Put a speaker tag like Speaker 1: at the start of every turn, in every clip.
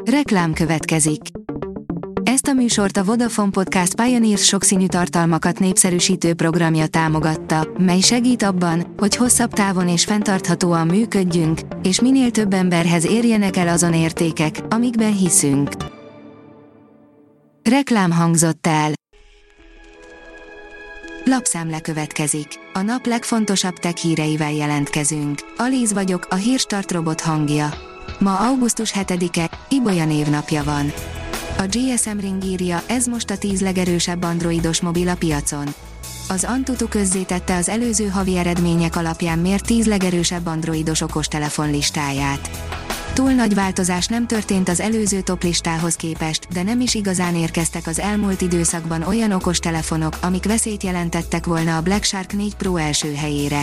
Speaker 1: Reklám következik. Ezt a műsort a Vodafone Podcast Pioneers sokszínű tartalmakat népszerűsítő programja támogatta, mely segít abban, hogy hosszabb távon és fenntarthatóan működjünk, és minél több emberhez érjenek el azon értékek, amikben hiszünk. Reklám hangzott el. Lapszemle következik. A nap legfontosabb tech híreivel jelentkezünk. Alíz vagyok, a Hírstart robot hangja. Ma augusztus 7-e, Ibolya névnapja van. A GSM Ring írja, ez most a 10 legerősebb androidos mobil a piacon. Az Antutu közzétette az előző havi eredmények alapján mért 10 legerősebb androidos okostelefon listáját. Túl nagy változás nem történt az előző top listához képest, de nem is igazán érkeztek az elmúlt időszakban olyan okostelefonok, amik veszélyt jelentettek volna a Black Shark 4 Pro első helyére.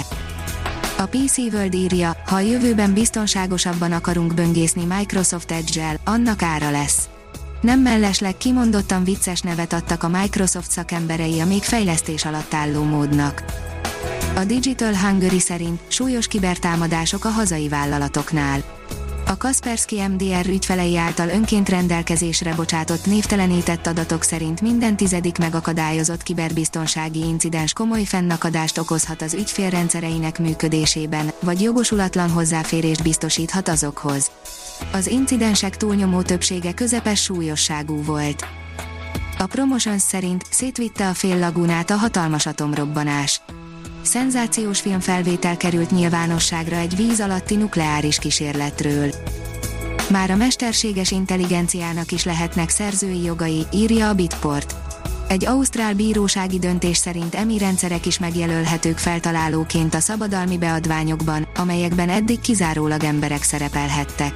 Speaker 1: A PC World írja, ha a jövőben biztonságosabban akarunk böngészni Microsoft Edge-el, annak ára lesz. Nem mellesleg kimondottan vicces nevet adtak a Microsoft szakemberei a még fejlesztés alatt álló módnak. A Digital Hungary szerint súlyos kibertámadások a hazai vállalatoknál. A Kaspersky MDR ügyfelei által önként rendelkezésre bocsátott névtelenített adatok szerint minden 10. megakadályozott kiberbiztonsági incidens komoly fennakadást okozhat az ügyfélrendszereinek működésében, vagy jogosulatlan hozzáférést biztosíthat azokhoz. Az incidensek túlnyomó többsége közepes súlyosságú volt. A Promotions szerint szétvitte a fél lagunát a hatalmas atomrobbanás. Szenzációs filmfelvétel került nyilvánosságra egy víz alatti nukleáris kísérletről. Már a mesterséges intelligenciának is lehetnek szerzői jogai, írja a Bitport. Egy ausztrál bírósági döntés szerint EMI rendszerek is megjelölhetők feltalálóként a szabadalmi beadványokban, amelyekben eddig kizárólag emberek szerepelhettek.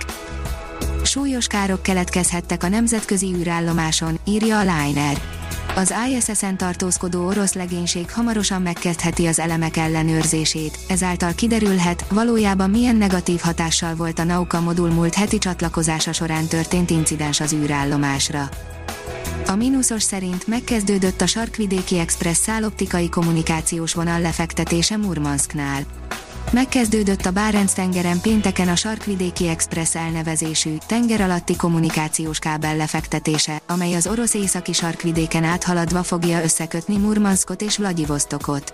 Speaker 1: Súlyos károk keletkezhettek a nemzetközi űrállomáson, írja a Liner. Az ISS-en tartózkodó orosz legénység hamarosan megkezdheti az elemek ellenőrzését, ezáltal kiderülhet, valójában milyen negatív hatással volt a Nauka modul múlt heti csatlakozása során történt incidens az űrállomásra. A mínuszos szerint megkezdődött a Sarkvidéki Express szálloptikai kommunikációs vonal lefektetése Murmanszknál. Megkezdődött a Bárenc-tengeren pénteken a Sarkvidéki Express elnevezésű, tenger alatti kommunikációs kábel lefektetése, amely az orosz északi sarkvidéken áthaladva fogja összekötni Murmanszkot és Vlagyivosztokot.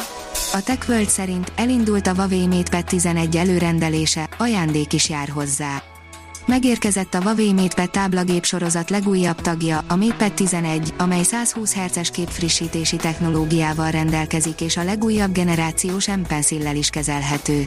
Speaker 1: A TechWorld szerint elindult a Huawei MatePad 11 előrendelése, ajándék is jár hozzá. Megérkezett a Huawei MatePad táblagép sorozat legújabb tagja, a MatePad 11, amely 120 Hz képfrissítési technológiával rendelkezik és a legújabb generációs M-Pencil-lel is kezelhető.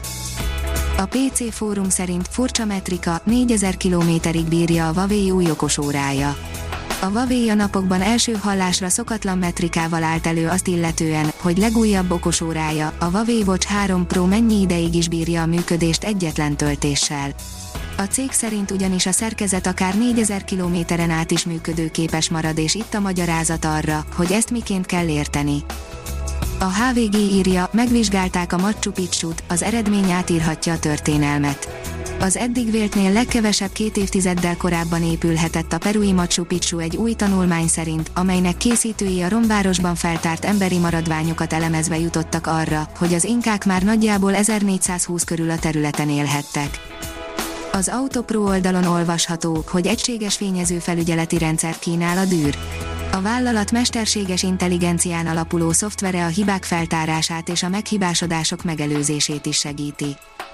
Speaker 1: A PC fórum szerint furcsa metrika, 4000 kilométerig bírja a Huawei új okosórája. A Huawei a napokban első hallásra szokatlan metrikával állt elő azt illetően, hogy legújabb okosórája, a Huawei Watch 3 Pro mennyi ideig is bírja a működést egyetlen töltéssel. A cég szerint ugyanis a szerkezet akár 4000 kilométeren át is működőképes marad, és itt a magyarázat arra, hogy ezt miként kell érteni. A HVG írja, megvizsgálták a Machu Picchut, az eredmény átírhatja a történelmet. Az eddig véltnél legkevesebb 2 évtizeddel korábban épülhetett a perui Machu Picchu egy új tanulmány szerint, amelynek készítői a romvárosban feltárt emberi maradványokat elemezve jutottak arra, hogy az inkák már nagyjából 1420 körül a területen élhettek. Az Autopro oldalon olvasható, hogy egységes fényezőfelügyeleti rendszert kínál a Dürr. A vállalat mesterséges intelligencián alapuló szoftvere a hibák feltárását és a meghibásodások megelőzését is segíti.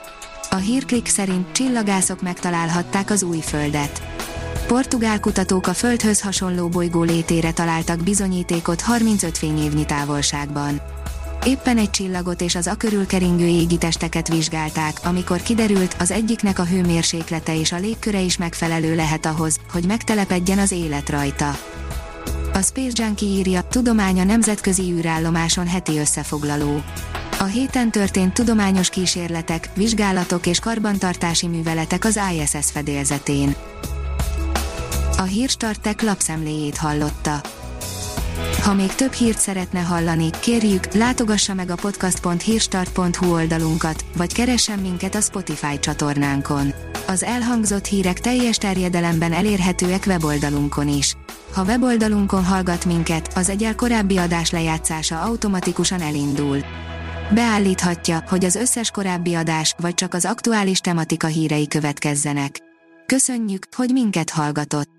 Speaker 1: A Hírklik szerint csillagászok megtalálhatták az új Földet. Portugál kutatók a Földhöz hasonló bolygó létére találtak bizonyítékot 35 fényévnyi távolságban. Éppen egy csillagot és az akörül keringő égitesteket vizsgálták, amikor kiderült, az egyiknek a hőmérséklete és a légköre is megfelelő lehet ahhoz, hogy megtelepedjen az élet rajta. A Space Junkie írja, tudomány a nemzetközi űrállomáson heti összefoglaló. A héten történt tudományos kísérletek, vizsgálatok és karbantartási műveletek az ISS fedélzetén. A Hírstart Tech lapszemléjét hallotta. Ha még több hírt szeretne hallani, kérjük, látogassa meg a podcast.hírstart.hu oldalunkat, vagy keressen minket a Spotify csatornánkon. Az elhangzott hírek teljes terjedelemben elérhetőek weboldalunkon is. Ha weboldalunkon hallgat minket, az egyel korábbi adás lejátszása automatikusan elindul. Beállíthatja, hogy az összes korábbi adás, vagy csak az aktuális tematika hírei következzenek. Köszönjük, hogy minket hallgatott!